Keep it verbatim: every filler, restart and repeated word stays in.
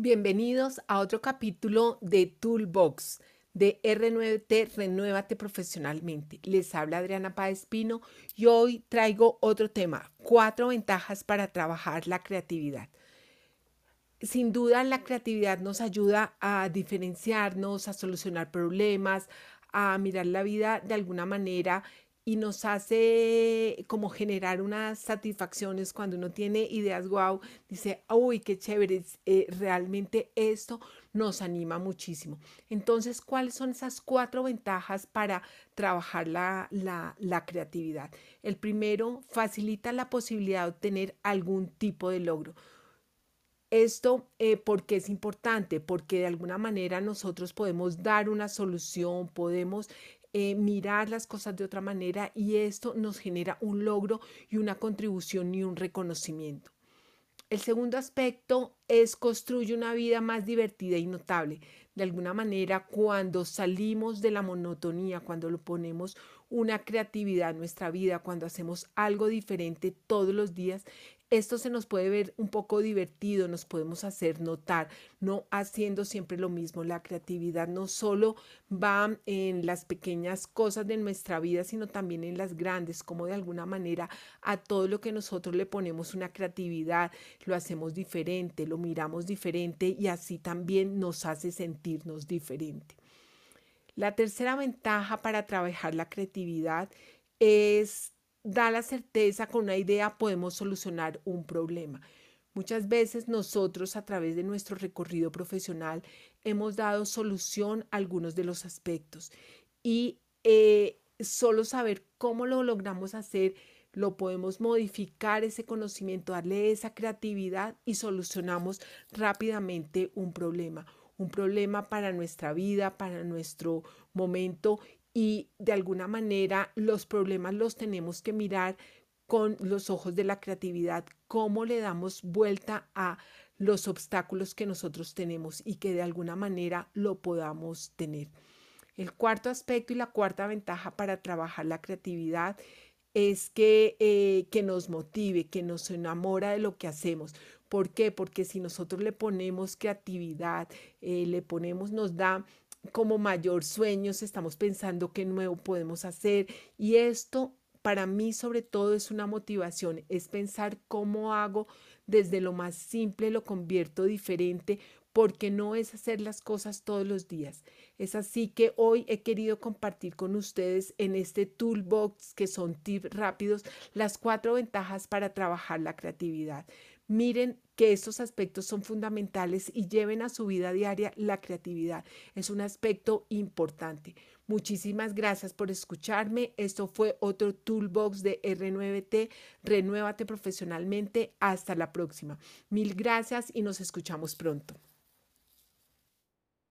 Bienvenidos a otro capítulo de Toolbox de R nueve T, Renuévate Profesionalmente. Les habla Adriana Páez Pino y hoy traigo otro tema, cuatro ventajas para trabajar la creatividad. Sin duda, la creatividad nos ayuda a diferenciarnos, a solucionar problemas, a mirar la vida de alguna manera y nos hace como generar unas satisfacciones cuando uno tiene ideas wow, dice, uy, qué chévere, eh, realmente esto nos anima muchísimo. Entonces, ¿cuáles son esas cuatro ventajas para trabajar la, la, la creatividad? El primero, facilita la posibilidad de obtener algún tipo de logro. Esto, eh, ¿por qué es importante? Porque de alguna manera nosotros podemos dar una solución, podemos eh, mirar las cosas de otra manera y esto nos genera un logro y una contribución y un reconocimiento. El segundo aspecto es construye una vida más divertida y notable. De alguna manera, cuando salimos de la monotonía, cuando lo ponemos una creatividad en nuestra vida, cuando hacemos algo diferente todos los días, esto se nos puede ver un poco divertido, nos podemos hacer notar, no haciendo siempre lo mismo. La creatividad no solo va en las pequeñas cosas de nuestra vida, sino también en las grandes, como de alguna manera a todo lo que nosotros le ponemos una creatividad, lo hacemos diferente, lo miramos diferente y así también nos hace sentirnos diferente. La tercera ventaja para trabajar la creatividad es dar la certeza con una idea podemos solucionar un problema. Muchas veces nosotros a través de nuestro recorrido profesional hemos dado solución a algunos de los aspectos y eh, solo saber cómo lo logramos hacer, lo podemos modificar ese conocimiento, darle esa creatividad y solucionamos rápidamente un problema, un problema para nuestra vida, para nuestro momento y de alguna manera los problemas los tenemos que mirar con los ojos de la creatividad, cómo le damos vuelta a los obstáculos que nosotros tenemos y que de alguna manera lo podamos tener. El cuarto aspecto y la cuarta ventaja para trabajar la creatividad es que, eh, que nos motive, que nos enamora de lo que hacemos. ¿Por qué? Porque si nosotros le ponemos creatividad, eh, le ponemos, nos da como mayor sueños, estamos pensando qué nuevo podemos hacer y esto para mí sobre todo es una motivación, es pensar cómo hago desde lo más simple, lo convierto diferente, porque no es hacer las cosas todos los días. Es así que hoy he querido compartir con ustedes en este toolbox que son tips rápidos las cuatro ventajas para trabajar la creatividad. Miren que estos aspectos son fundamentales y lleven a su vida diaria la creatividad. Es un aspecto importante. Muchísimas gracias por escucharme. Esto fue otro Toolbox de R nueve T. Renuévate profesionalmente. Hasta la próxima. Mil gracias y nos escuchamos pronto.